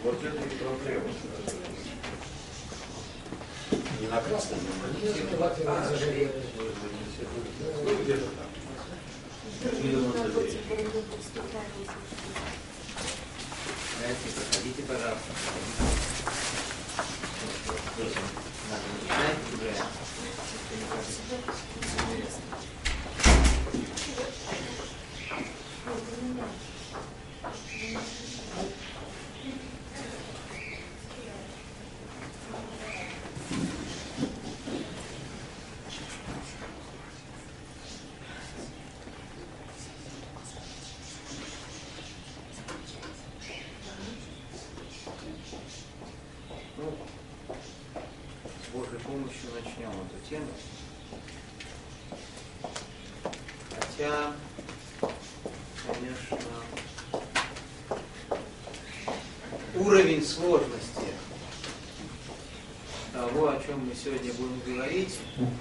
Вот это и проблема. Не на красном, но на где-то там. Проходите, пожалуйста. Надо начинать уже. С Божьей помощью начнем эту тему. Хотя, конечно, уровень сложности того, о чем мы сегодня будем говорить,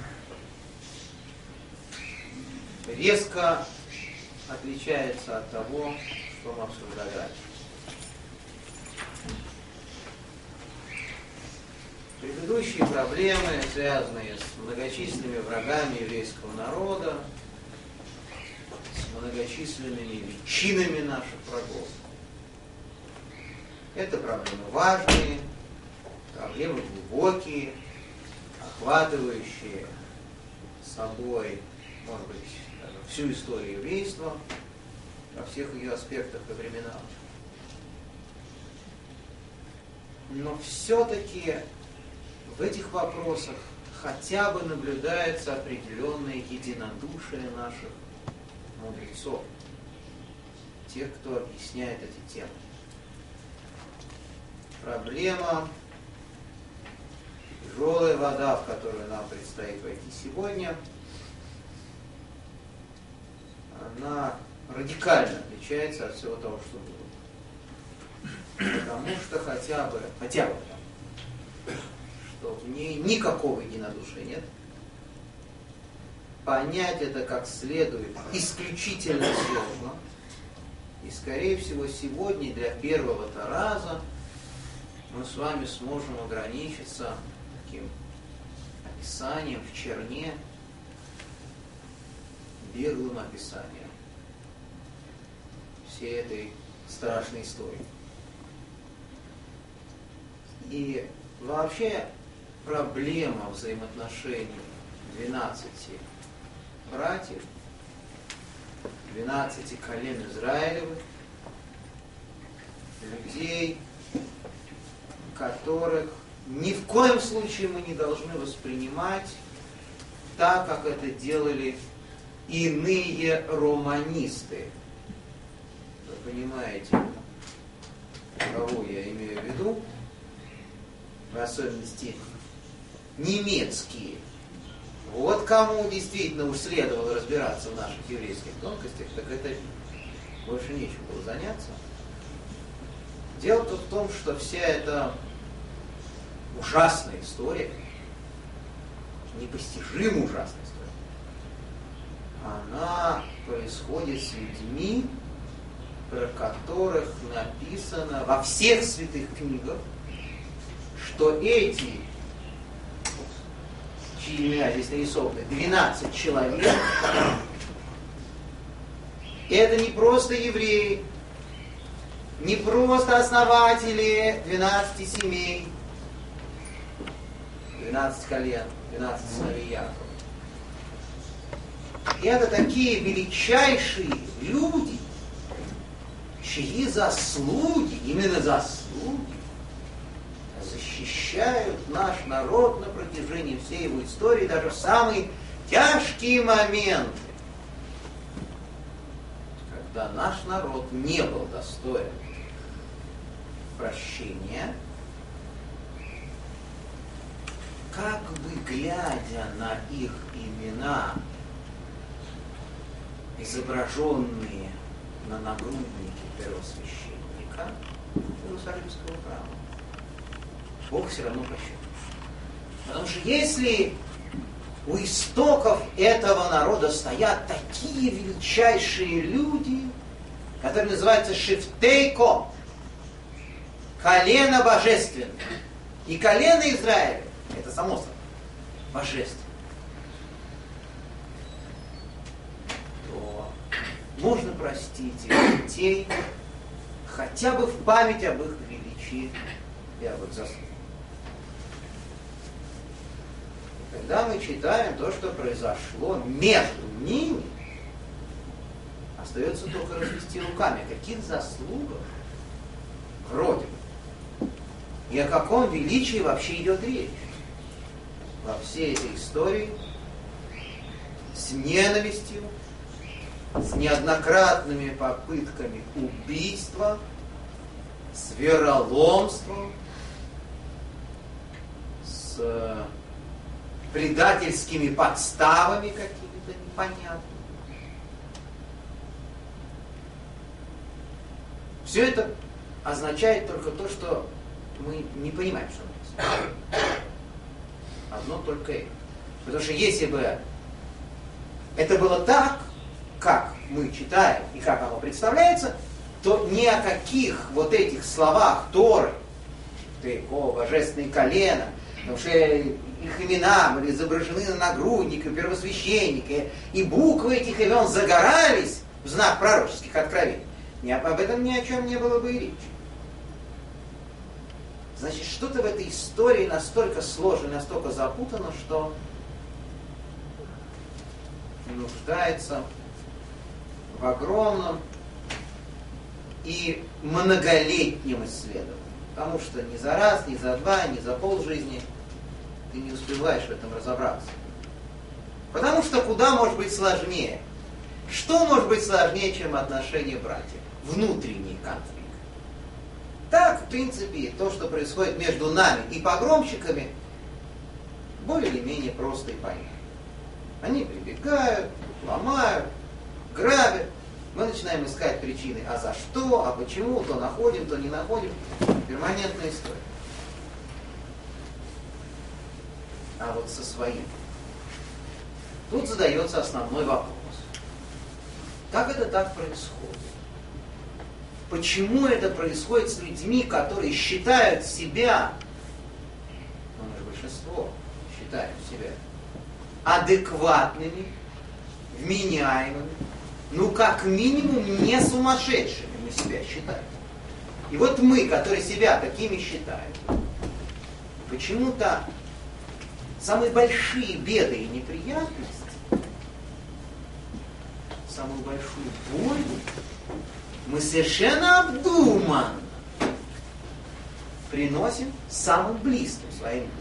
резко отличается от того, что мы обсуждали раньше. Предыдущие проблемы, связанные с многочисленными врагами еврейского народа, с многочисленными личинами наших врагов. Это проблемы важные, проблемы глубокие, охватывающие собой, может быть, даже всю историю еврейства во всех ее аспектах и временах. Но все-таки в этих вопросах хотя бы наблюдается определенное единодушие наших мудрецов, тех, кто объясняет эти темы. Проблема, тяжелая вода, в которую нам предстоит войти сегодня, она радикально отличается от всего того, что было. Потому что хотя бы что в ней никакого единодушия нет. Понять это как следует исключительно сложно. И, скорее всего, сегодня для первого-то раза мы с вами сможем ограничиться таким описанием в черне, беглым описанием всей этой страшной истории. И вообще проблема взаимоотношений 12 братьев, 12 колен Израилевых, людей, которых ни в коем случае мы не должны воспринимать так, как это делали иные романисты. Вы понимаете, кого я имею в виду? В особенности немецкие. Вот кому действительно уж следовало разбираться в наших еврейских тонкостях, так это больше нечем было заняться. Дело-то в том, что вся эта ужасная история, непостижимо ужасная история, она происходит с людьми, про которых написано во всех святых книгах, что эти, чьи имена здесь нарисованы, 12 человек, это не просто евреи, не просто основатели 12 семей, 12 колен, 12 сыновей Якова. Это такие величайшие люди, чьи заслуги, именно заслуги, защищают наш народ на протяжении всей его истории, даже в самые тяжкие моменты, когда наш народ не был достоин прощения, как бы глядя на их имена, изображенные на нагруднике первосвященника Иерусалимского храма, Бог все равно прощает. Потому что если у истоков этого народа стоят такие величайшие люди, которые называются шифтейко, колено божественное. И колено Израиля, это само собой, божественное. То можно простить их детей хотя бы в память об их величии и об их заслугах. И когда мы читаем то, что произошло между ними, остается только развести руками. О каких заслугах? Вроде бы. И о каком величии вообще идет речь? Во всей этой истории с ненавистью, с неоднократными попытками убийства, с вероломством, с предательскими подставами какими-то непонятными. Все это означает только то, что мы не понимаем, что написано. Одно только это. Потому что если бы это было так, как мы читаем и как оно представляется, то ни о каких вот этих словах Торы, ты, божественные колена, потому что их имена были изображены на нагруднике первосвященника, и буквы этих имен загорались в знак пророческих откровений. Об этом ни о чем не было бы и речи. Значит, что-то в этой истории настолько сложно, настолько запутано, что нуждается в огромном и многолетнем исследовании. Потому что ни за раз, ни за два, ни за полжизни ты не успеваешь в этом разобраться. Потому что куда может быть сложнее? Что может быть сложнее, чем отношения братьев? Внутренний конфликт. Так, в принципе, то, что происходит между нами и погромщиками, более или менее просто и понятно. Они прибегают, ломают, грабят. Мы начинаем искать причины, а за что, а почему, то находим, то не находим. Перманентная история. А вот со своим. Тут задается основной вопрос. Как это так происходит? Почему это происходит с людьми, которые считают себя, ну мы же большинство считаем себя, адекватными, вменяемыми, ну как минимум не сумасшедшими мы себя считаем. И вот мы, которые себя такими считаем, почему-то самые большие беды и неприятности, самую большую боль мы совершенно обдуманно приносим самым близким своим людям.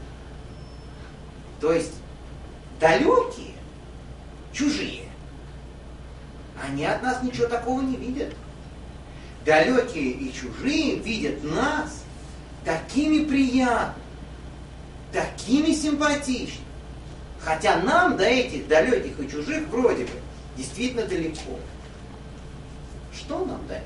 То есть далекие, чужие, они от нас ничего такого не видят. Далекие и чужие видят нас такими приятными, такими симпатичными. Хотя нам до этих далеких и чужих вроде бы действительно далеко. Что нам дают?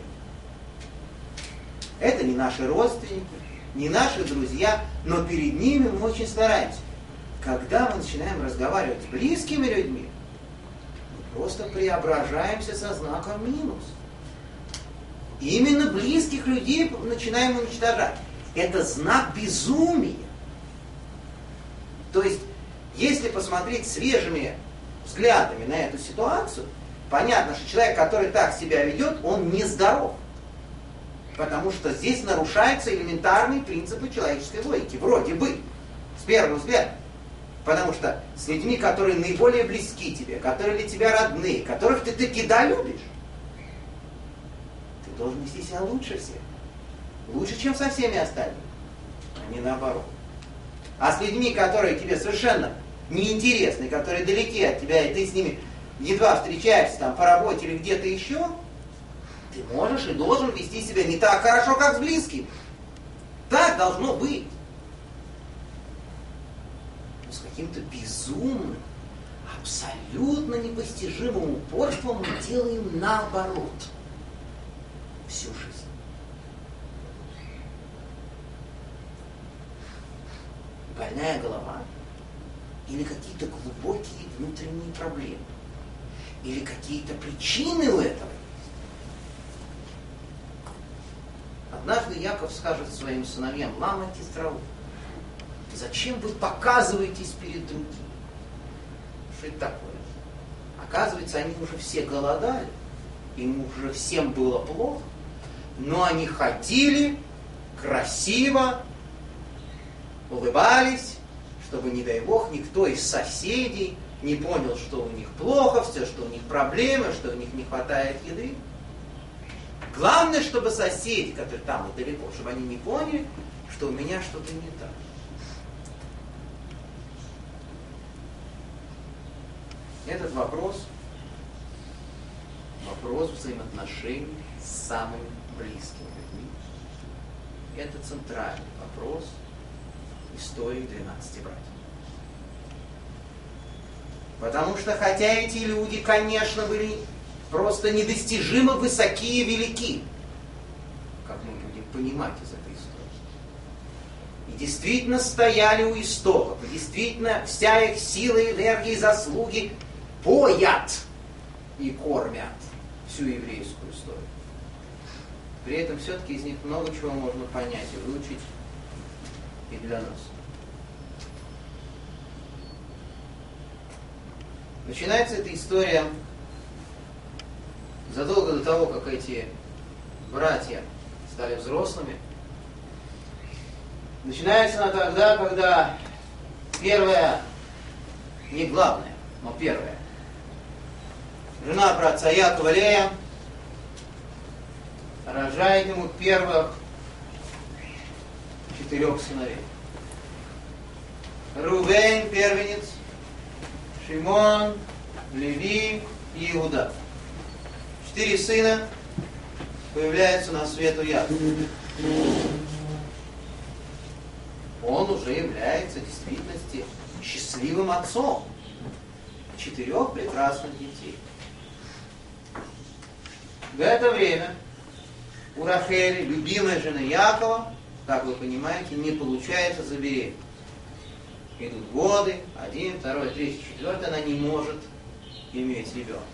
Это не наши родственники, не наши друзья, но перед ними мы очень стараемся. Когда мы начинаем разговаривать с близкими людьми, мы просто преображаемся со знаком минус. И именно близких людей начинаем уничтожать. Это знак безумия. То есть, если посмотреть свежими взглядами на эту ситуацию, понятно, что человек, который так себя ведет, он нездоров. Потому что здесь нарушаются элементарные принципы человеческой логики. Вроде бы. С первого взгляда. Потому что с людьми, которые наиболее близки тебе, которые для тебя родные, которых ты таки да любишь, ты должен вести себя лучше всех. Лучше, чем со всеми остальными. А не наоборот. А с людьми, которые тебе совершенно неинтересны, которые далеки от тебя, и ты с ними едва встречаешься там по работе или где-то еще, ты можешь и должен вести себя не так хорошо, как с близким. Так должно быть. Но с каким-то безумным, абсолютно непостижимым упорством мы делаем наоборот. Всю жизнь. Больная голова или какие-то глубокие внутренние проблемы, или какие-то причины у этого есть. Однажды Яков скажет своим сыновьям: «Лама тисрау, зачем вы показываетесь перед другими?» Что это такое? Оказывается, они уже все голодали, им уже всем было плохо, но они ходили красиво, улыбались, чтобы, не дай бог, никто из соседей не понял, что у них плохо, все, что у них проблемы, что у них не хватает еды. Главное, чтобы соседи, которые там и далеко, чтобы они не поняли, что у меня что-то не так. Этот вопрос взаимоотношений с самыми близкими людьми. Это центральный вопрос истории 12 братьев. Потому что хотя эти люди, конечно, были просто недостижимо высоки и велики, как мы будем понимать из этой истории, и действительно стояли у истоков, и действительно вся их сила, энергия и заслуги поят и кормят всю еврейскую историю. При этом все-таки из них много чего можно понять и выучить и для нас. Начинается эта история задолго до того, как эти братья стали взрослыми. Начинается она тогда, когда первая, не главная, но первая, жена праотца Якова Лея рожает ему первых 4 сыновей. Рувен первенец, Шимон, Леви и Иуда. 4 сына появляются на свет у Якова. Он уже является в действительности счастливым отцом 4 прекрасных детей. В это время у Рахели, любимой жены Якова, как вы понимаете, не получается забеременеть. Идут годы, 1, 2, 3, 4, она не может иметь ребенка.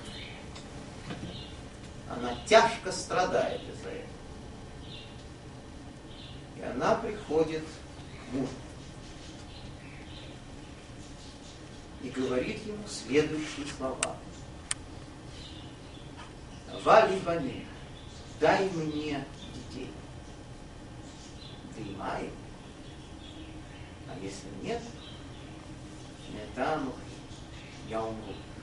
Она тяжко страдает из-за этого. И она приходит к мужу и говорит ему следующие слова. Вали, вали, дай мне детей. Дымай. А если нет, метану, я умру.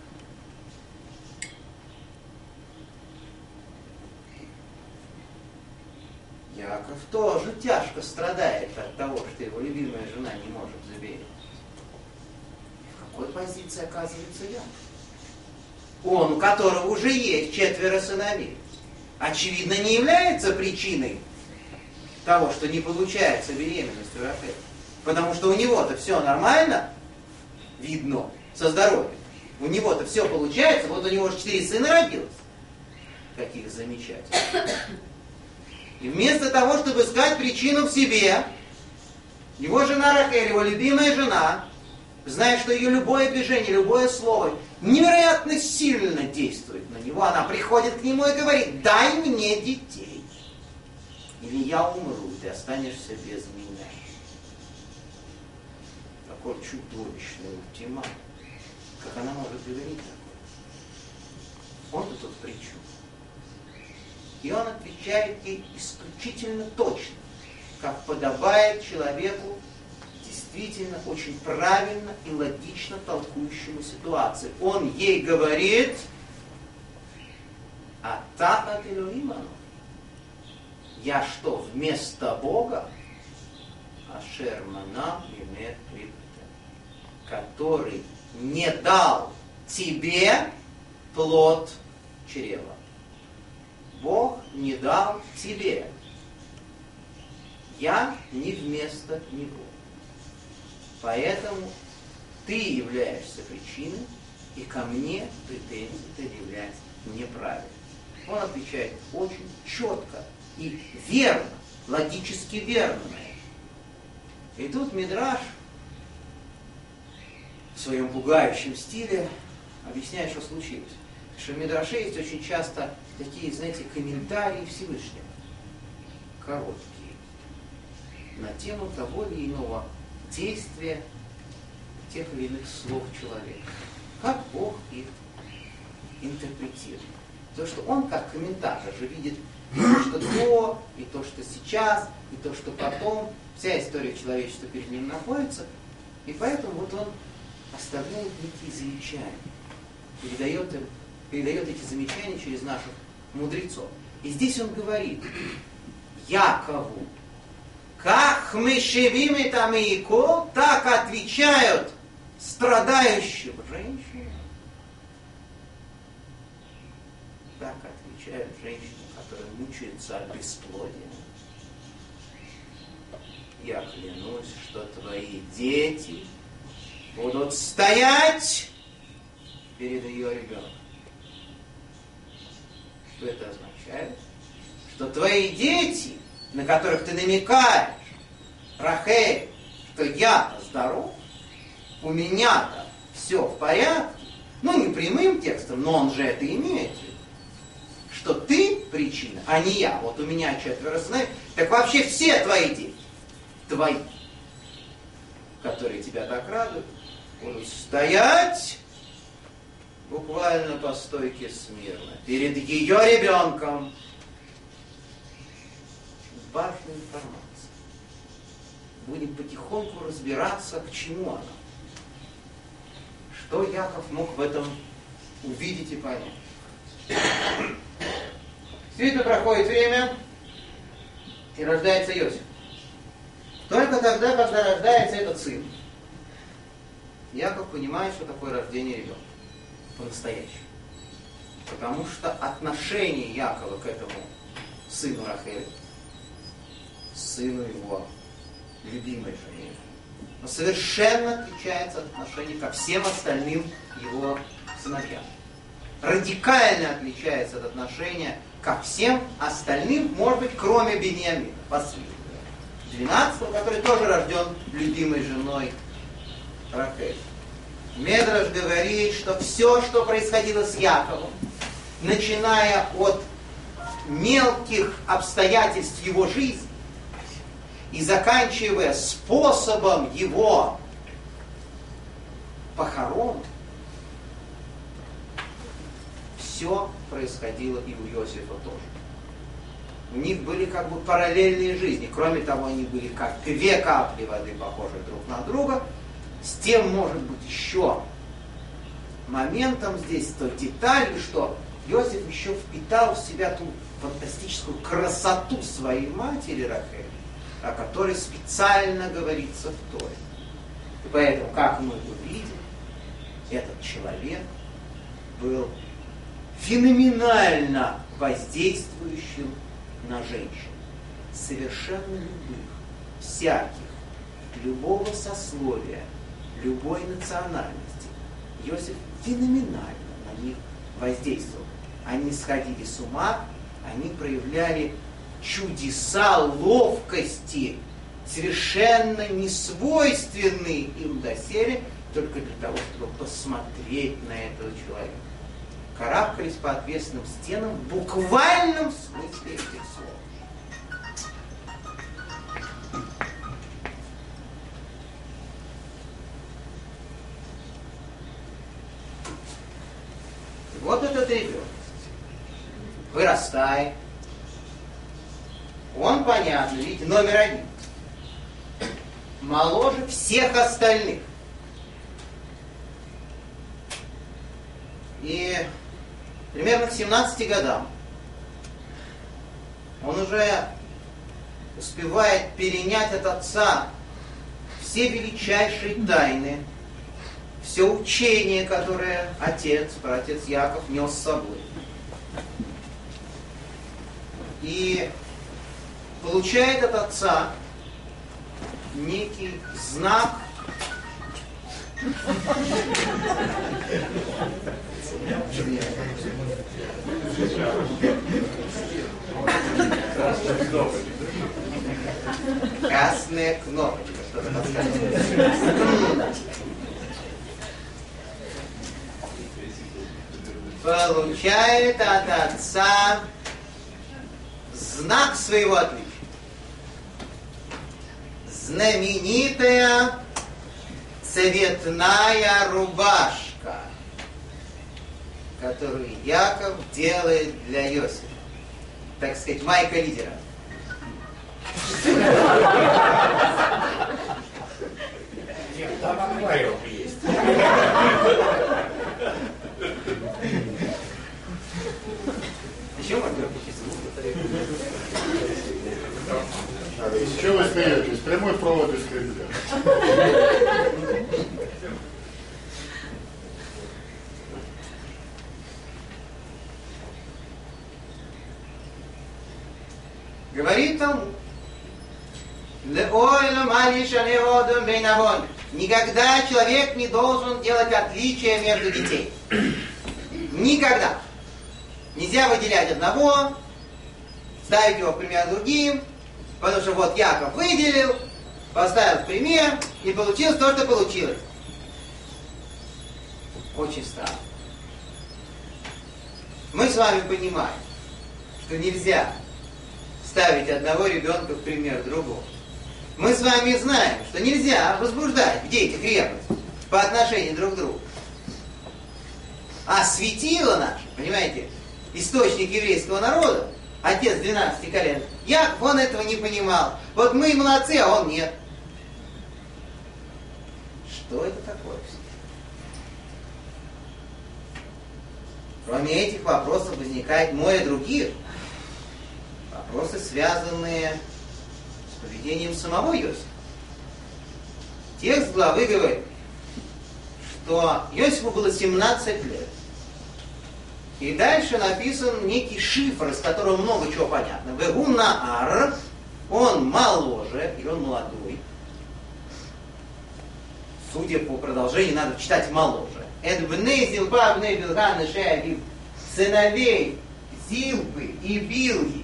Яков тоже тяжко страдает от того, что его любимая жена не может забеременеть. В какой позиции оказывается Яков? Он, у которого уже есть 4 сыновей, очевидно, не является причиной того, что не получается беременность у Рахели. Потому что у него-то все нормально, видно, со здоровьем. У него-то все получается, вот у него же 4 сына родилось. Каких замечательных. И вместо того, чтобы искать причину в себе, его жена Рахель, его любимая жена, зная, что ее любое движение, любое слово невероятно сильно действует на него, она приходит к нему и говорит: дай мне детей, или я умру, и ты останешься без меня. Такой чудовищный ультиматум. Как она может говорить такое? Он-то тут при чем? И он отвечает ей исключительно точно, как подобает человеку, действительно очень правильно и логично толкующему ситуацию. Он ей говорит: «Ата ат Элоиману». Я что, вместо Бога? Ашер мана мимет рибте, который не дал тебе плод чрева. Бог не дал тебе. Я не вместо него. Поэтому ты являешься причиной, и ко мне претензии предъявлять неправильно. Он отвечает очень четко и верно, логически верно на это. И тут Мидраш в своем пугающем стиле объясняет, что случилось. Что в Мидраше есть очень часто такие, знаете, комментарии Всевышнего. короткие на тему того или иного действия тех или иных слов человека. Как Бог их интерпретирует. Потому что он, как комментатор, же видит и то, что до, и то, что сейчас, и то, что потом. Вся история человечества перед ним находится. И поэтому вот он оставляет некие замечания. Передает эти замечания через наших мудрецов. И здесь он говорит: Якову, как мы шевим там и ко, так отвечают страдающим женщинам. Так отвечают женщины, которые мучаются от бесплодия. Я клянусь, что твои дети будут стоять перед ее ребенком. Что это означает? Что твои дети, на которых ты намекаешь, Рахель, что я-то здоров, у меня-то все в порядке, ну не прямым текстом, но он же это имеет в виду, что ты причина, а не я. Вот у меня 4 сыновей, так вообще все твои дети, твои, которые тебя так радуют, будут стоять буквально по стойке смирно перед ее ребенком. Важная информация. Будем потихоньку разбираться, к чему она. Что Яков мог в этом увидеть и понять. Действительно, проходит время, и рождается Иосиф. Только тогда, когда рождается этот сын, Яков понимает, что такое рождение ребенка. По-настоящему. Потому что отношение Якова к этому сыну Рахели, сыну его любимой жене, совершенно отличается от отношения ко всем остальным его сыновьям. Радикально отличается от отношения ко всем остальным, может быть, кроме Биньямина, последнего, 12-го, который тоже рожден любимой женой Рахель. Медраш говорит, что все, что происходило с Яковом, начиная от мелких обстоятельств его жизни и заканчивая способом его похорон, все происходило и у Иосифа тоже. У них были как бы параллельные жизни. Кроме того, они были как 2 капли воды, похожие друг на друга. С тем, может быть, еще моментом здесь, той деталью, что Иосиф еще впитал в себя ту фантастическую красоту своей матери Рахель, о которой специально говорится в Торе. И поэтому, как мы увидим, этот человек был феноменально воздействующим на женщин, совершенно любых, всяких, любого сословия, любой национальности. Иосиф феноменально на них воздействовал. Они сходили с ума, они проявляли чудеса ловкости, совершенно несвойственные им доселе, только для того, чтобы посмотреть на этого человека. Карабкались по отвесным стенам в буквальном смысле этих слов. Вот этот ребенок вырастает. Он, понятно, видите, номер 1. Моложе всех остальных. И примерно к 17 годам он уже успевает перенять от отца все величайшие тайны, все учение, которое праотец Яков нес с собой. И получает от отца некий знак, красная кнопочка, что-то подсказывает. Получает от отца знак своего отличия. знаменитая цветная рубашка, которую Яков делает для Иосифа. Так сказать, майка лидера. Нет, там аквариум есть. Еще можно включить звук? Еще вы смеетесь? Прямой провод из Кремля. Говорит он, никогда человек не должен делать отличия между детей. Никогда. Нельзя выделять одного, ставить его в пример другим, потому что вот Яков выделил, поставил в пример, и получилось то, что получилось. Очень странно. Мы с вами понимаем, что нельзя ставить одного ребенка в пример другого. Мы с вами знаем, что нельзя возбуждать в детях ревность по отношению друг к другу. А светило наше, понимаете, источник еврейского народа, отец 12 колен, Яков, он этого не понимал. Вот мы молодцы, а он нет. Что это такое? Кроме этих вопросов возникает море других. Вопросы, связанные с поведением самого Иосифа. Текст главы говорит, что Иосифу было 17 лет. И дальше написан некий шифр, из которого много чего понятно. Вегунаар, он моложе, и он молодой. Судя по продолжению, надо читать моложе. Эдбней Зилпа, Бней Билган, Ишея, сыновей Зилпы и Билги,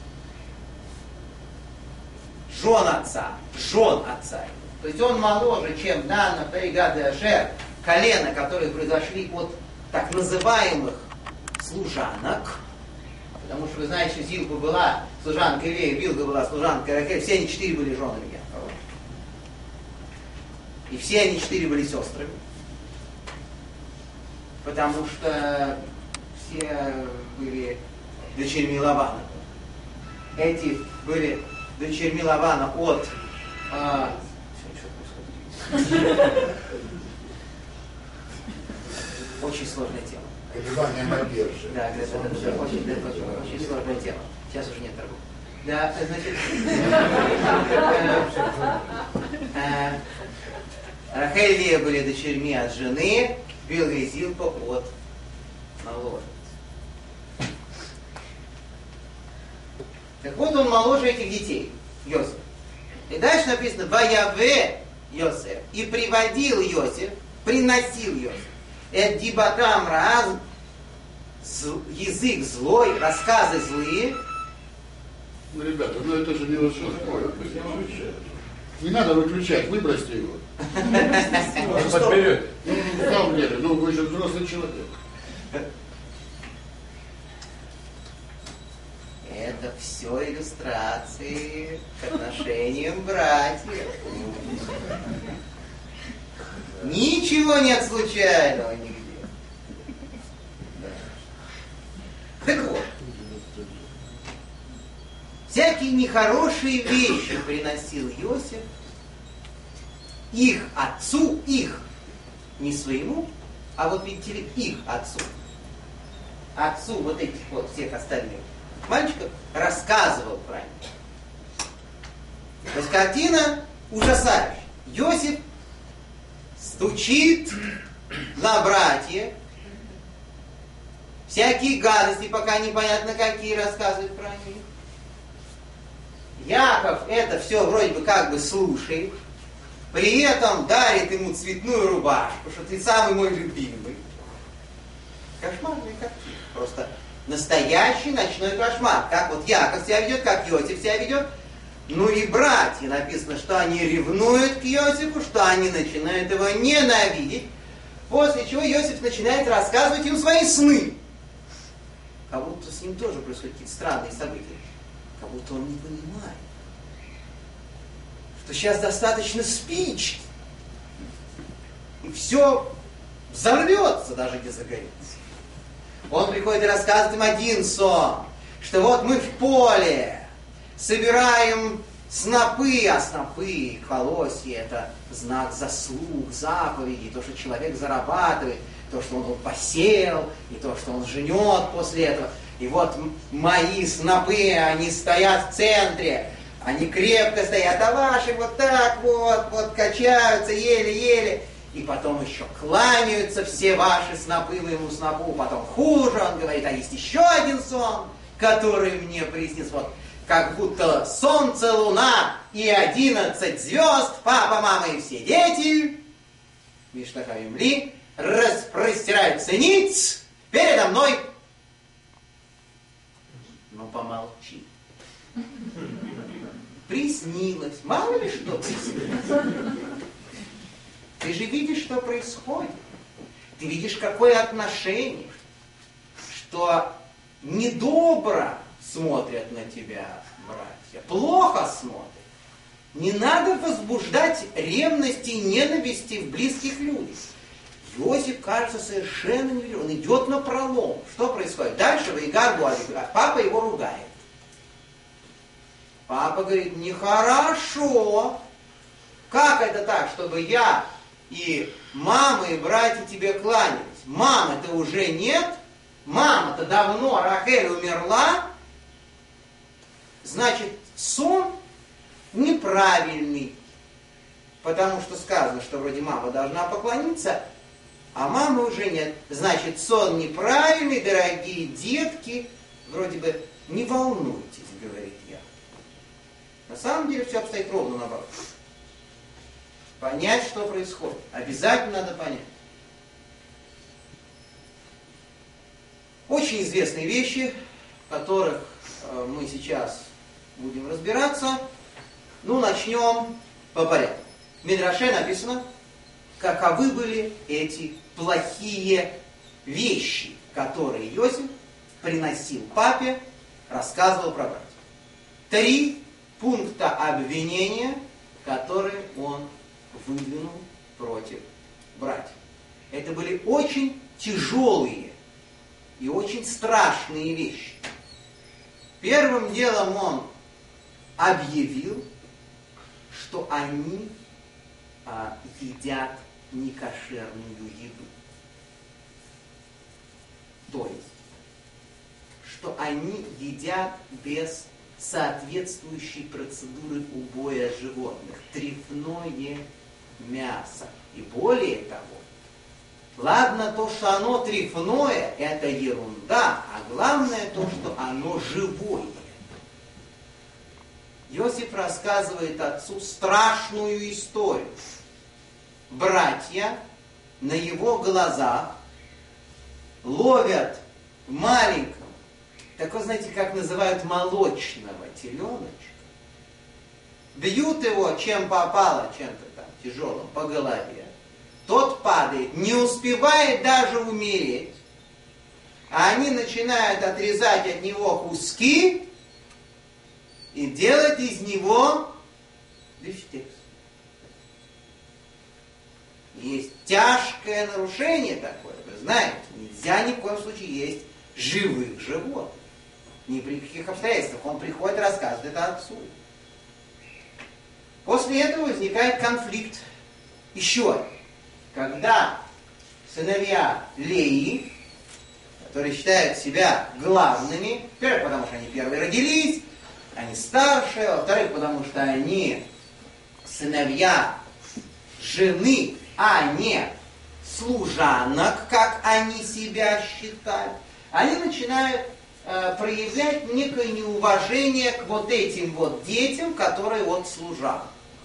жен отца. То есть он моложе, чем Дана, Фейгад и Ашер, колена, которые произошли от так называемых служанок. Потому что вы знаете, что Зилпа была служанкой Лея, Билга была служанкой Рахель, все они 4 были женами Якова. И все они 4 были сестрами. Потому что все были дочерьми Лавана. Эти были дочерьми Лавана от... Очень сложная тема. Колебания на бирже. Да, это очень сложная тема. Сейчас уже нет торгов. Да, значит... Рахель и Лея были дочерьми от жены, Билга и Зилпа от наложниц. Так вот, он моложе этих детей, Йосиф. И дальше написано, «Ваяве Йосеф». И приводил Йосиф, приносил Йосиф. Это дибатам раз, язык злой, рассказы злые. Ну, ребята, ну это же не волшебство. Не надо выключать, выбросьте его. Он подберет. Ну, в самом деле, ну вы же взрослый человек. Это все иллюстрации к отношениям братьев. Ничего нет случайного нигде. Так вот, всякие нехорошие вещи приносил Иосиф их отцу, их, не своему, а вот видите ли, их отцу. Отцу вот этих вот всех остальных мальчиков рассказывал про них. То есть картина ужасающая. Иосиф стучит на братьев, всякие гадости, пока непонятно какие, рассказывает про них. Яков это все вроде бы как бы слушает, при этом дарит ему цветную рубашку, что ты самый мой любимый. Кошмарная картина. Просто настоящий ночной кошмар. Как вот Яков себя ведет, как Иосиф себя ведет. Ну и братья, написано, что они ревнуют к Иосифу, что они начинают его ненавидеть. После чего Иосиф начинает рассказывать им свои сны. Как будто с ним тоже происходят какие-то странные события. Как будто он не понимает, что сейчас достаточно спички, и все взорвется, даже не загорится. Он приходит и рассказывает им один сон, что вот мы в поле собираем снопы, а снопы, колосья, это знак заслуг, заповедей, то, что человек зарабатывает, то, что он посеял, и то, что он жнет после этого. И вот мои снопы, они стоят в центре, они крепко стоят, а ваши вот так вот качаются еле-еле. И потом еще кланяются все ваши снопы моему снопу, потом хуже, он говорит, а есть еще один сон, который мне приснился, вот, как будто солнце, луна и 11 звезд, папа, мама и все дети, Миштахавим Ли, распростираются ниц передо мной. Ну, помолчи. Приснилось. Мало ли что приснилось. Ты же видишь, что происходит. Ты видишь, какое отношение. Что недобро смотрят на тебя братья. Плохо смотрят. Не надо возбуждать ревности и ненависти в близких людях. Иосиф, кажется, совершенно не верит. Он идет на пролом. Что происходит? Дальше Ваигар Буазик, папа его ругает. Папа говорит, нехорошо. Как это так, чтобы я и мама, и братья тебе кланялись? Мамы-то уже нет. Мама-то давно, Рахель, умерла. Значит, сон неправильный. Потому что сказано, что вроде мама должна поклониться, а мамы уже нет. Значит, сон неправильный, дорогие детки. Вроде бы не волнуйтесь, говорит я. На самом деле все обстоит ровно наоборот. Понять, что происходит. Обязательно надо понять. Очень известные вещи, в которых мы сейчас будем разбираться. Ну, начнем по порядку. В Мидраше написано, каковы были эти плохие вещи, которые Иосиф приносил папе, рассказывал про братьев. 3 пункта обвинения, которые он выдвинул против братьев. Это были очень тяжелые и очень страшные вещи. Первым делом он объявил, что они едят некошерную еду. То есть, что они едят без соответствующей процедуры убоя животных. Трефное мясо. И более того, ладно то, что оно трефное, это ерунда, а главное то, что оно живое. Иосиф рассказывает отцу страшную историю. Братья на его глазах ловят маленького, такой, знаете, как называют, молочного теленочка, бьют его, чем попало, чем-то там тяжелым по голове, тот падает, не успевает даже умереть, а они начинают отрезать от него куски и делать из него бифштекс. Есть тяжкое нарушение такое, вы знаете, нельзя ни в коем случае есть живых животных. Ни при каких обстоятельствах. Он приходит и рассказывает это отцу. После этого возникает конфликт еще. Когда сыновья Леи, которые считают себя главными, во-первых, потому что они первые родились, они старшие, во-вторых, потому что они сыновья жены, а не служанок, как они себя считают, они начинают проявлять некое неуважение к вот этим вот детям, которые вот служат.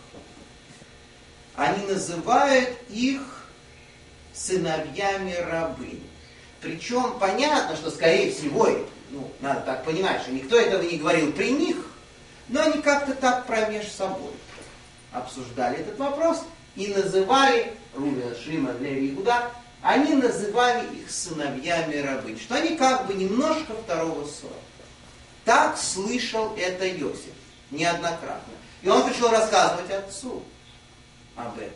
Они называют их сыновьями рабынь. Причем понятно, что, скорее всего, надо так понимать, что никто этого не говорил при них, но они как-то так промеж собой обсуждали этот вопрос и называли Рувен, Шимон, Леви, Иуда, они называли их сыновьями рабынь, что они как бы немножко второго сорта. Так слышал это Иосиф. неоднократно. И он пришел рассказывать отцу об этом.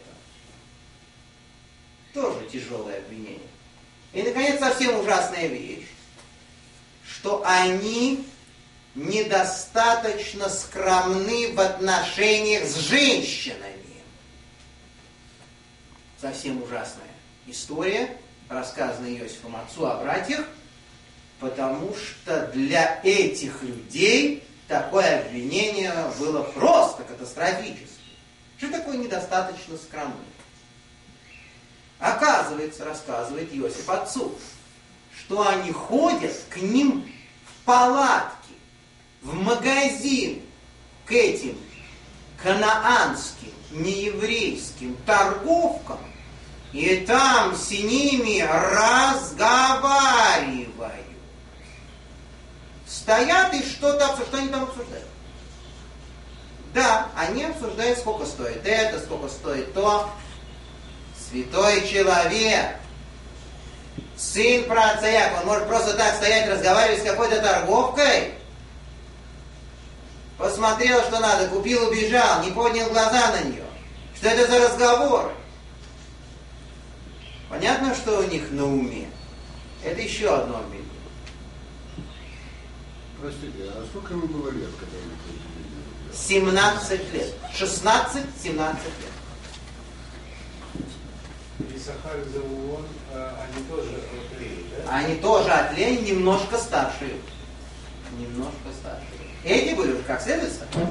Тоже тяжелое обвинение. И, наконец, совсем ужасная вещь, что они недостаточно скромны в отношениях с женщинами. Совсем ужасная история, рассказанная Иосифом отцу о братьях, потому что для этих людей такое обвинение было просто катастрофическим. Что такое недостаточно скромны? Оказывается, рассказывает Иосиф отцу, что они ходят к ним в палатки, в магазин, к этим канаанским, нееврейским торговкам, и там с ними разговаривают. Стоят и что-то обсуждают. Что они там обсуждают? Да, они обсуждают, сколько стоит это, сколько стоит то. Святой человек, сын праотца Якова, он может просто так стоять, разговаривать с какой-то торговкой? Посмотрел, что надо, купил, убежал, не поднял глаза на нее. Что это за разговоры? Понятно, что у них на уме. Это еще одно обвинение. Простите, а сколько ему было лет, когда вы это 17 лет. 16-17 лет. Исахар и Завулон, они тоже от Леи, да? Они тоже от Леи, немножко старше. Немножко старше. Эти были как следует старше.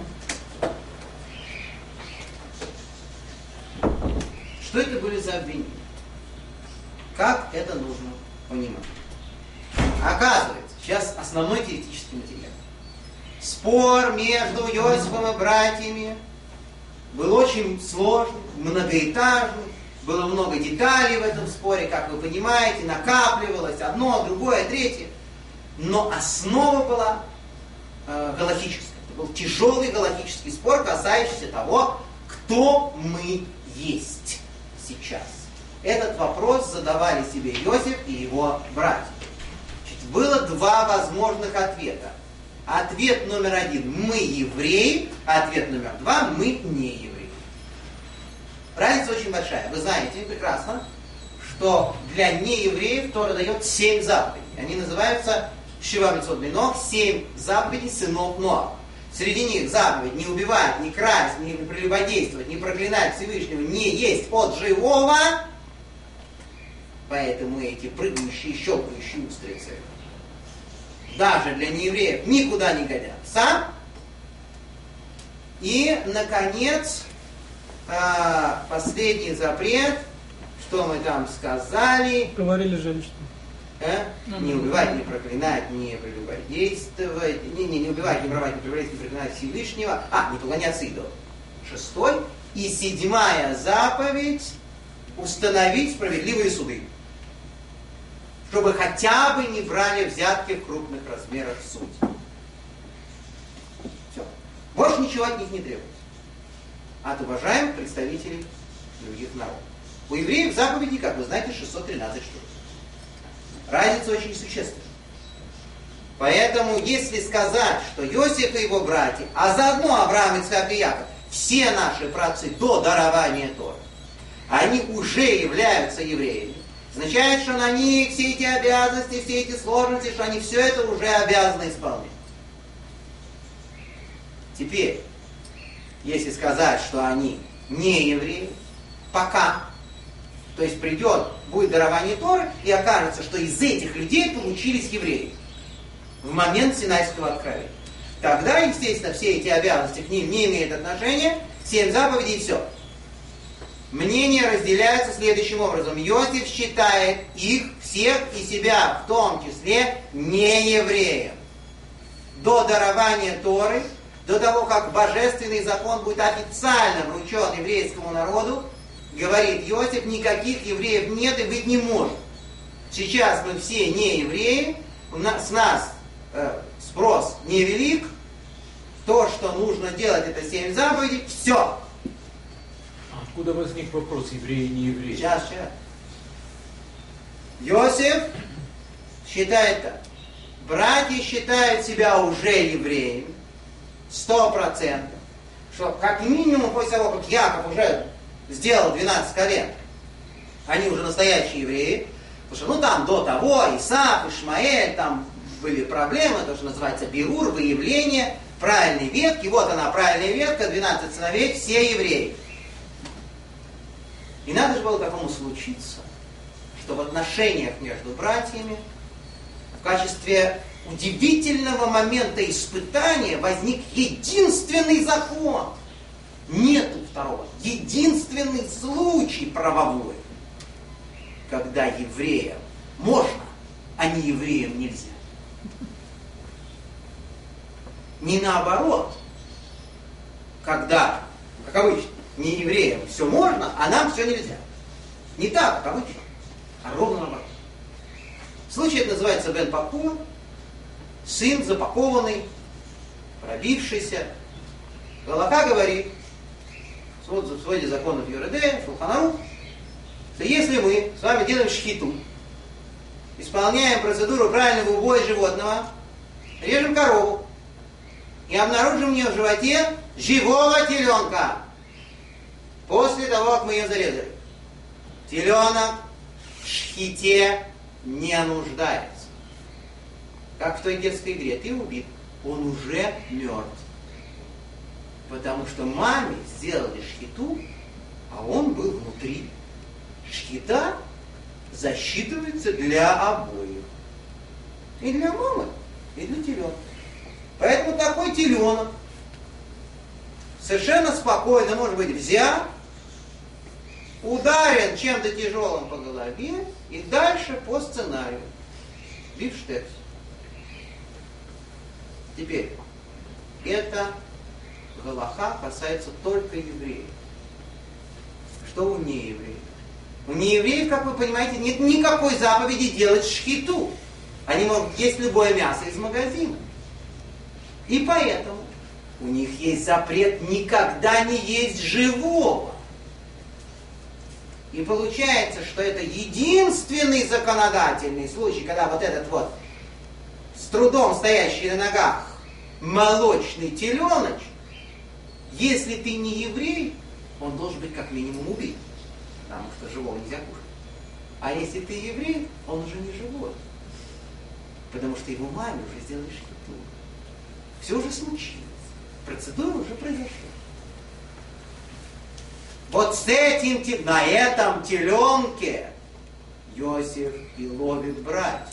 Что это были за обвинения? Как это нужно понимать? Оказывается, сейчас основной теоретический материал. Спор между Иосифом и братьями был очень сложный, многоэтажный, было много деталей в этом споре, как вы понимаете, накапливалось одно, другое, третье. Но основа была галактическая. Это был тяжелый галактический спор, касающийся того, кто мы есть сейчас. Этот вопрос задавали себе Иосиф и его братья. Значит, было два возможных ответа. Ответ номер один – мы евреи, а ответ номер два – мы не евреи. Разница очень большая. Вы знаете прекрасно, что для неевреев Тора дает 7 заповедей. Они называются Шива Мицвот Бенох, 7 заповедей сынов Ноаха. Среди них заповедь не убивать, не красть, не прелюбодействовать, не проклинать Всевышнего, не есть от живого. Поэтому эти прыгающие, щелкающие устрицы даже для неевреев никуда не годятся. И, наконец, последний запрет, что мы там сказали. Говорили женщины. Не убивать, не проклинать, не прелюбодействовать, не убивать, не воровать, не прелюбодействовать, не проклинать Всевышнего, не поклоняться идолам. 6-й. И 7-я заповедь – установить справедливые суды, чтобы хотя бы не брали взятки в крупных размерах судей. Все. Больше ничего от них не требуется. От уважаемых представителей других народов. У евреев заповедей, как вы знаете, 613 штук. Разница очень существенна. Поэтому, если сказать, что Иосиф и его братья, а заодно Авраам, Ицхак и Яков, все наши праотцы до дарования Торы, они уже являются евреями, означает, что на них все эти обязанности, все эти сложности, что они все это уже обязаны исполнять. Теперь, если сказать, что они не евреи, пока, то есть будет дарование Торы, и окажется, что из этих людей получились евреи в момент Синайского откровения. Тогда, естественно, все эти обязанности к ним не имеют отношения, 7 заповедей и все. Мнения разделяются следующим образом. Иосиф считает их всех и себя в том числе неевреем. До дарования Торы, до того, как божественный закон будет официально вручен еврейскому народу, говорит Иосиф, никаких евреев нет и быть не может. Сейчас мы все не евреи, с нас спрос невелик, то, что нужно делать, это 7 заповедей, все. Откуда возник вопрос, евреи, не евреи? Сейчас. Иосиф считает так. Братья считают себя уже евреями, 100%, что как минимум после того, как Яков уже сделал 12 колен, они уже настоящие евреи, потому что там до того Исаак, Ишмаэль, там были проблемы, то, что называется бирур, выявление правильной ветки. Вот она, правильная ветка, 12 сыновей, все евреи. И надо же было такому случиться, что в отношениях между братьями в качестве удивительного момента испытания возник единственный закон. Нету второго. Единственный случай правовой, когда евреям можно, а не евреям нельзя. Не наоборот, когда, как обычно, не евреям все можно, а нам все нельзя. Не так, как обычно, а ровно наоборот. Случай это называется Бен Пакур, сын запакованный, пробившийся. Галаха говорит, в своде законов Юреде, Шулхан Арух, что если мы с вами делаем шхиту, исполняем процедуру правильного убоя животного, режем корову и обнаружим у нее в животе живого теленка, после того, как мы ее зарезали. Теленок в шхите не нуждается. Как в той детской игре. Ты убит, он уже мертв. Потому что маме сделали шхиту, а он был внутри. Шхита засчитывается для обоих. И для мамы, и для теленка. Поэтому такой теленок совершенно спокойно может быть взят, ударен чем-то тяжелым по голове и дальше по сценарию. Бифштекс. Теперь, это галаха касается только евреев. Что у неевреев? У неевреев, как вы понимаете, нет никакой заповеди делать шхиту. Они могут есть любое мясо из магазина. И поэтому у них есть запрет никогда не есть живого. И получается, что это единственный законодательный случай, когда вот этот вот с трудом стоящий на ногах молочный теленочек, если ты не еврей, он должен быть как минимум убит, потому что живого нельзя кушать. А если ты еврей, он уже не живой, потому что его маме уже сделали шхиту. Все уже случилось, процедура уже произошла. Вот с этим, на этом теленке Иосиф и ловит братьев.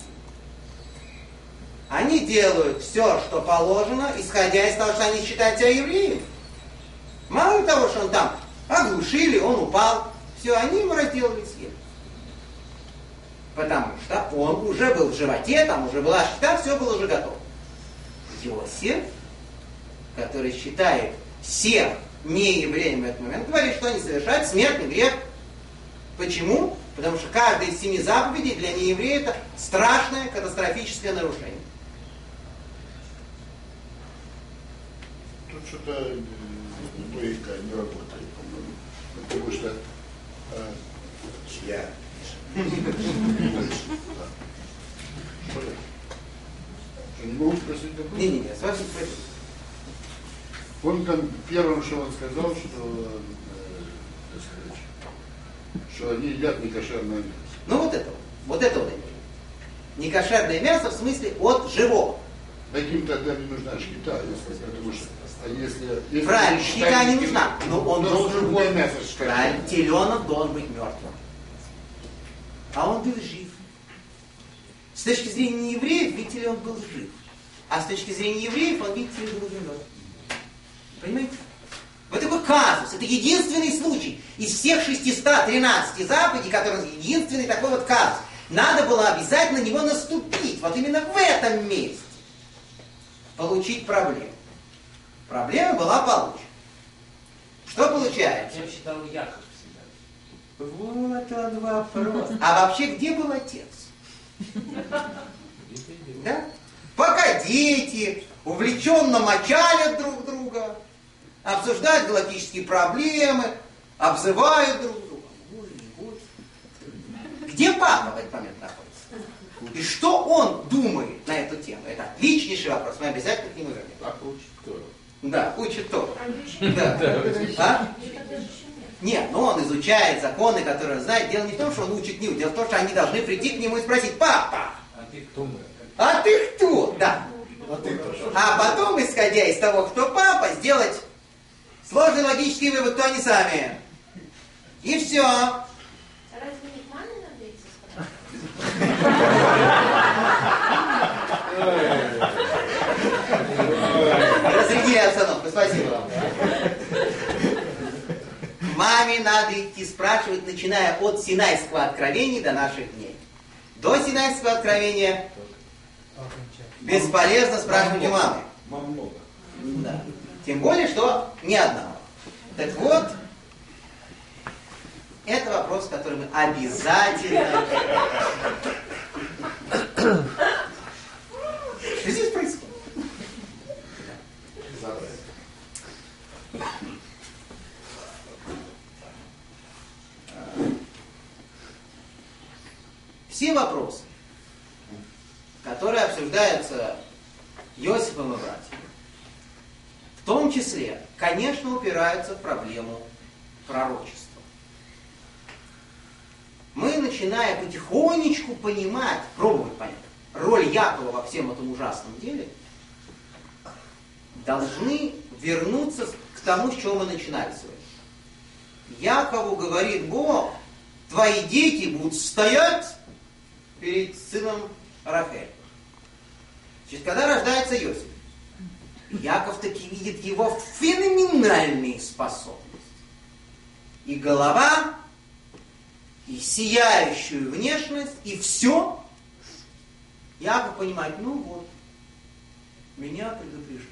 Они делают все, что положено, исходя из того, что они считают себя евреями. Мало того, что он там оглушили, он упал, все, они ему разделали и съели. Потому что он уже был в животе, там уже была шхита, все было уже готово. Иосиф, который считает всех неевреями в этот момент, говорит, что они совершают смертный грех. Почему? Потому что каждая из 7 заповедей для нееврея это страшное катастрофическое нарушение. Тут что-то логика не работает, по-моему. Потому что я не могу спросить такое? Не-не-не, с вашим спросить. Он там первым, что он сказал, что, так сказать, что они едят некошерное мясо. Ну вот это вот именно. Некошерное мясо в смысле от живого. Таким тогда не нужна шхита, если, потому что если правильно, шхита не нужна, но он должен быть, мясо правильно, теленок должен быть мертвым. А он был жив. С точки зрения евреев, видите ли, он был жив. А с точки зрения евреев, он, видите ли, был уже мертв. Понимаете? Вот такой казус. Это единственный случай из всех 613 заповедей, который единственный такой вот казус. Надо было обязательно на него наступить. Вот именно в этом месте. Получить проблему. Проблема была получена. Что получается? Я считал Яков всегда. Вот он вопрос. А вообще где был отец? Да? Пока дети увлеченно мочалят друг друга, обсуждают галактические проблемы, обзывают друг друга. Где папа в этот момент находится? И что он думает на эту тему? Это отличнейший вопрос. Мы обязательно к нему вернемся. Так учит Тору. Да, учит Тору. А еще Да. А? нет. Тогда же еще нет. Нет, но он изучает законы, которые он знает. Дело не в том, что он учит Ниву, дело в том, что они должны прийти к нему и спросить: папа, А ты кто мы? а ты кто? Да. А ты кто? А потом, исходя из того, кто папа, сделать сложный логический вывод, кто они сами. И все. А разве не к маме надо идти спрашивать? Разрядили обстановку, спасибо вам. К маме надо идти спрашивать, начиная от Синайского откровения до наших дней. До Синайского откровения бесполезно спрашивать у мамы. Мам много. Да. Тем более, что ни одного. Так вот, это вопрос, который мы обязательно... Что здесь происходит? Все вопросы, которые обсуждаются Иосифом и братьями, в том числе, конечно, упираются в проблему пророчества. Мы, начиная потихонечку понимать, пробовать понять роль Якова во всем этом ужасном деле, должны вернуться к тому, с чего мы начинали сегодня. Якову говорит Бог: твои дети будут стоять перед сыном Рахель. Значит, когда рождается Иосиф, Яков таки видит его феноменальные способности. И голова, и сияющую внешность, и все. Яков понимает: ну вот, меня предупреждали.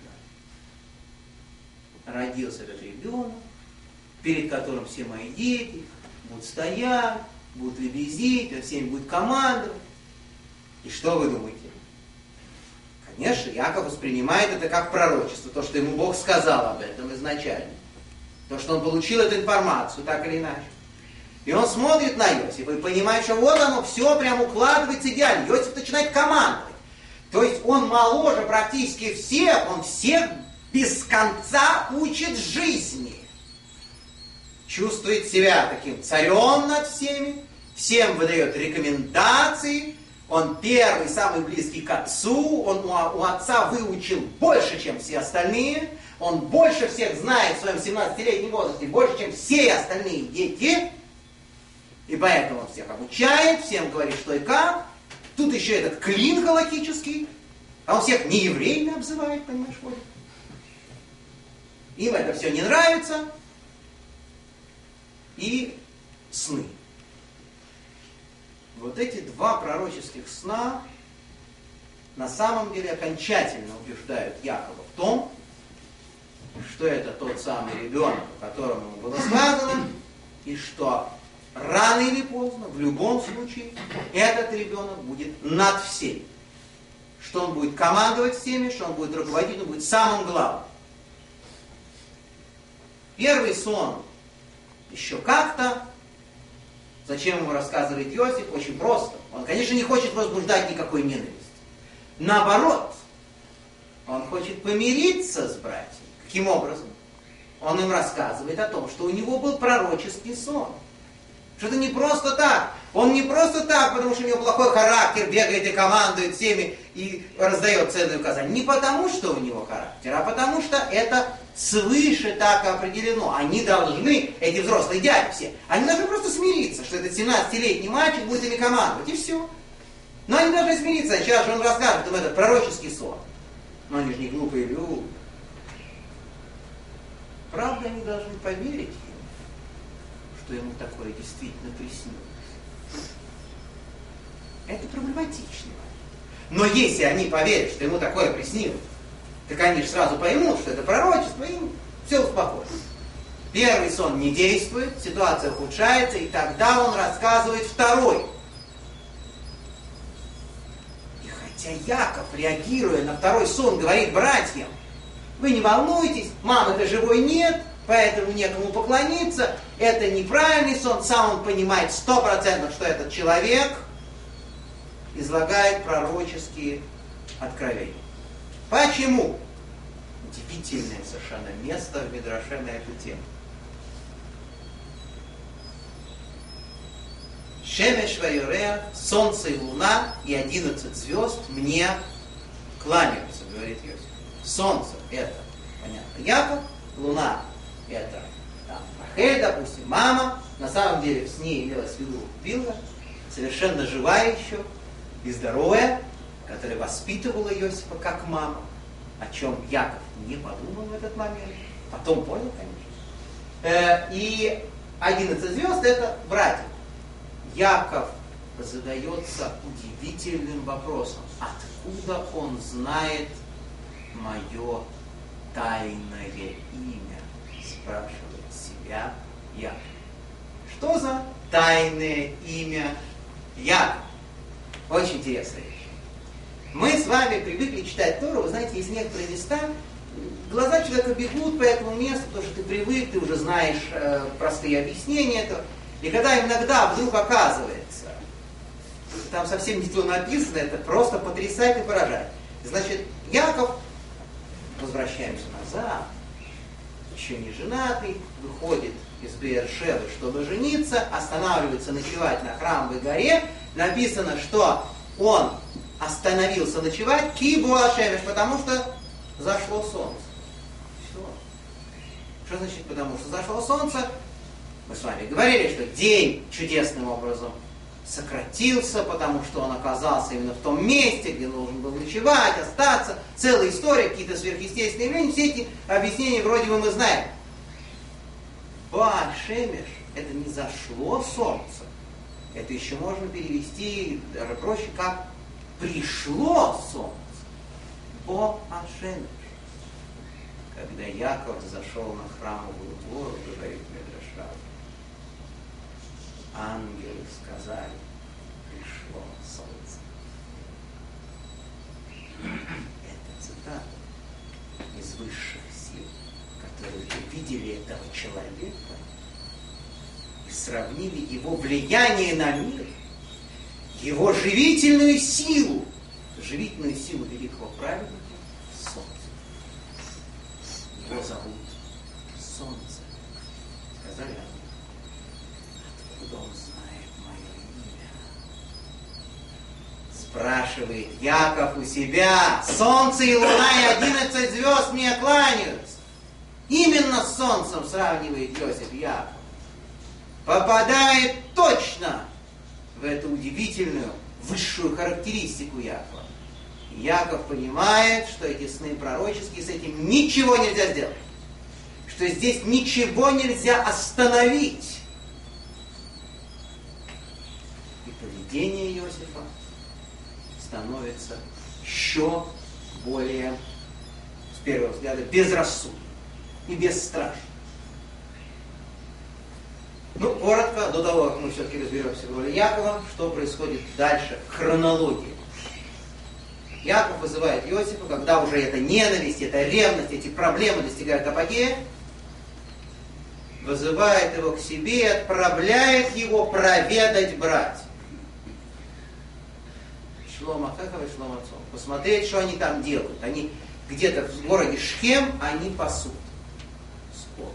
Родился этот ребенок, перед которым все мои дети будут стоять, будут лебезить, он всеми будет командовать. И что вы думаете? Конечно, Яков воспринимает это как пророчество, то, что ему Бог сказал об этом изначально. То, что он получил эту информацию, так или иначе. И он смотрит на Иосифа и понимает, что вот оно все прям укладывается идеально. Иосиф начинает командовать. То есть он моложе практически всех, он всех без конца учит жизни. Чувствует себя таким царем над всеми, всем выдает рекомендации. Он первый, самый близкий к отцу, он у отца выучил больше, чем все остальные. Он больше всех знает в своем 17-летнем возрасте, больше, чем все остальные дети. И поэтому он всех обучает, всем говорит, что и как. Тут еще этот клин галактический, а он всех неевреями обзывает, понимаешь, вот. Им это все не нравится. И сны. Вот эти два пророческих сна на самом деле окончательно убеждают Якова в том, что это тот самый ребенок, о котором ему было сказано, и что рано или поздно, в любом случае, этот ребенок будет над всеми. Что он будет командовать всеми, что он будет руководить, он будет самым главным. Первый сон еще как-то. Зачем ему рассказывает Иосиф? Очень просто. Он, конечно, не хочет возбуждать никакой ненависти. Наоборот, он хочет помириться с братьями. Каким образом? Он им рассказывает о том, что у него был пророческий сон. Что это не просто так. Он не просто так, потому что у него плохой характер, бегает и командует всеми и раздает ценные указания. Не потому, что у него характер, а потому что это свыше так определено. Они должны, эти взрослые дяди все, они должны просто смириться, что этот 17-летний мальчик будет ими командовать, и все. Но они должны смириться, сейчас же он расскажет им этот пророческий сон. Но они же не глупые люди. Правда, они должны поверить ему, что ему такое действительно приснилось. Это проблематично. Но если они поверят, что ему такое приснилось, так они же сразу поймут, что это пророчество, и все успокоится. Первый сон не действует, ситуация ухудшается, и тогда он рассказывает второй. И хотя Яков, реагируя на второй сон, говорит братьям: вы не волнуйтесь, мамы-то живой нет, поэтому некому поклониться, это неправильный сон, сам он понимает 100%, что этот человек излагает пророческие откровения. Почему? удивительное совершенно место в Мидраше на эту тему. Шемеш вайореах, солнце и луна и 11 звезд мне кланяются, говорит Йосиф. Солнце это, понятно, Яков, луна это Рахель, допустим, мама. На самом деле с ней имелась в виду Билга, совершенно живая еще и здоровая, которая воспитывала Иосифа как мама, о чем Яков не подумал в этот момент, потом понял, конечно. И 11 звезд это братья. Яков задается удивительным вопросом, откуда он знает мое тайное имя, спрашивает себя Яков. Что за тайное имя Яков? Очень интересная вещь. Мы с вами привыкли читать Тору, вы знаете, есть некоторые места, глаза человека бегут по этому месту, потому что ты привык, ты уже знаешь простые объяснения этого. И когда иногда вдруг оказывается, там совсем не то написано, это просто потрясает и поражает. Значит, Яков, возвращаемся назад, еще не женатый, выходит из Беэр-Шевы, чтобы жениться, останавливается ночевать на Храмовой горе. Написано, что он остановился ночевать, кибу ашемеш, потому что зашло солнце. Все. Что значит потому что зашло солнце? Мы с вами говорили, что день чудесным образом сократился, потому что он оказался именно в том месте, где должен был ночевать, остаться. Целая история, какие-то сверхъестественные явления. Все эти объяснения вроде бы мы знаем. Бааль-Шемеш, это не зашло солнце. Это еще можно перевести даже проще, как пришло солнце. Бааль-Шемеш. Когда Яков зашел на Храмовую гору, говорит Мидраш Рабби, ангелы сказали, пришло солнце. Это цитата из высших сил, которые увидели этого человека и сравнили его влияние на мир, его живительную силу великого праведника с солнцем. Его зовут Солнце. Сказали они, откуда он знает мое имя? Спрашивает Яков у себя. Солнце и луна и 11 звезд мне кланяются. Именно с солнцем сравнивает Иосиф Яков. Попадает точно в эту удивительную высшую характеристику Якова. Яков понимает, что эти сны пророческие, с этим ничего нельзя сделать. Что здесь ничего нельзя остановить. И поведение Иосифа становится еще более, с первого взгляда, безрассудным и бесстрашным. Ну, коротко, до того, как мы все-таки разберемся в роли Якова, что происходит дальше, хронология. Яков вызывает Иосифа, когда уже эта ненависть, эта ревность, эти проблемы достигают апогея, вызывает его к себе и отправляет его проведать братьев. Шлома Хехова и Шлома Цом. Посмотреть, что они там делают. Они где-то в городе Шхем, они пасут скот.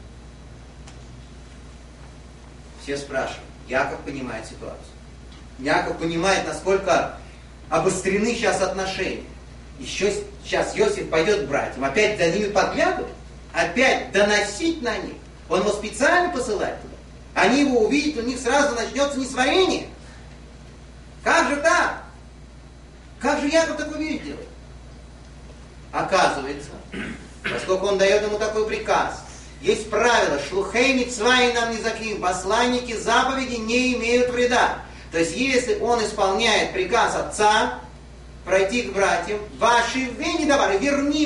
Все спрашивают. Яков понимает ситуацию. Яков понимает, насколько обострены сейчас отношения. Еще сейчас Иосиф пойдет к братьям, опять за ними подглядывать, опять доносить на них. Он его специально посылает туда. Они его увидят, у них сразу начнется несварение. Как же так? Как же Яков такую вещь делает? Оказывается, поскольку он дает ему такой приказ, есть правило, шлухей мицвай нам низаким, посланники заповеди не имеют вреда. То есть, если он исполняет приказ отца пройти к братьям, ваши не давали, верни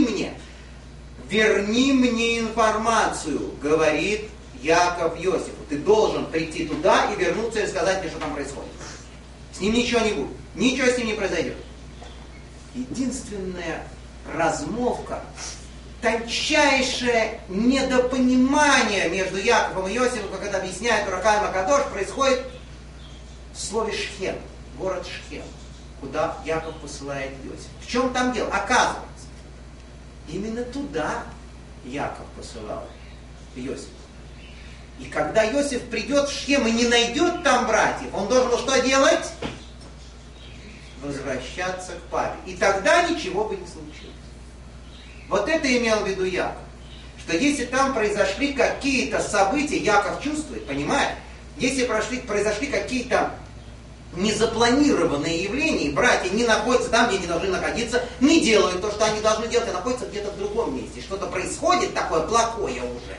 мне информацию, говорит Яков Иосифу. Ты должен прийти туда и вернуться и сказать мне, что там происходит. С ним ничего не будет, ничего с ним не произойдет. Единственная размолвка, тончайшее недопонимание между Яковом и Иосифом, как это объясняет Урахай Макадош, происходит в слове Шхем, город Шхем, куда Яков посылает Иосифа. В чем там дело? Оказывается, Именно туда Яков посылал Иосифа. И когда Иосиф придет в Шхем и не найдет там братьев, он должен был что делать? Возвращаться к папе. И тогда ничего бы не случилось. Вот это имел в виду Яков. Что если там произошли какие-то события, Яков чувствует, понимает? Если произошли какие-то незапланированные явления, и братья не находятся там, где они должны находиться, не делают то, что они должны делать, а находятся где-то в другом месте. Что-то происходит такое плохое уже.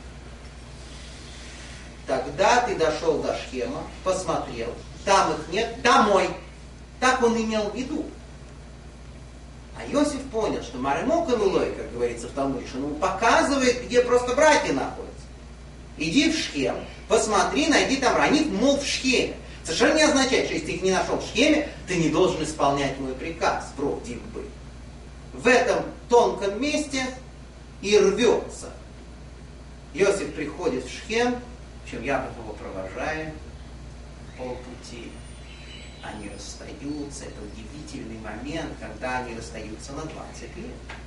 Тогда ты дошел до Шхема, посмотрел, там их нет, домой. Так он имел в виду. А Иосиф понял, что Маремок и Нулой, как говорится в Талмуде, что он показывает, где просто братья находятся. Иди в Шхем, посмотри, найди там, они, мол, в Шхеме. Совершенно не означает, что если ты их не нашел в Шхеме, ты не должен исполнять мой приказ, вроде бы. В этом тонком месте и рвется. Иосиф приходит в Шхем, чем Яков его провожает полпути. Они расстаются. Это удивительный момент, когда они расстаются на 20 лет.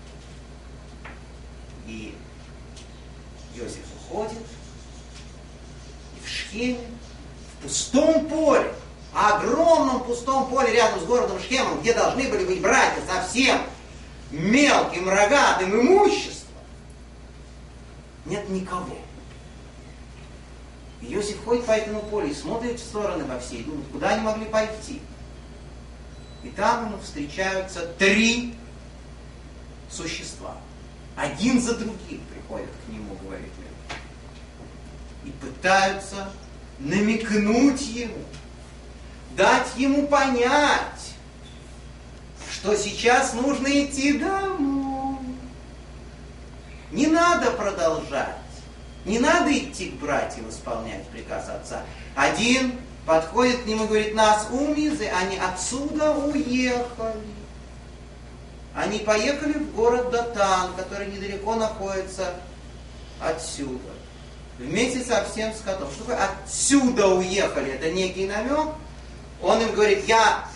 И Иосиф уходит, и в Шхеме, в пустом поле, огромном пустом поле рядом с городом Шхемом, где должны были быть братья со всем мелким рогатым имуществом, нет никого. Иосиф ходит по этому полю и смотрит в стороны во все, и думает, куда они могли пойти. И там ему встречаются 3 существа. Один за другим приходят к нему, говорит Мир. И пытаются намекнуть ему, дать ему понять, что сейчас нужно идти домой. Не надо продолжать. Не надо идти к братьям исполнять приказ отца. Один подходит к нему и говорит, нас умизы, они отсюда уехали. Они поехали в город Датан, который недалеко находится отсюда. Вместе со всем скотом. Что такое отсюда уехали? Это некий намек. Он им говорит, я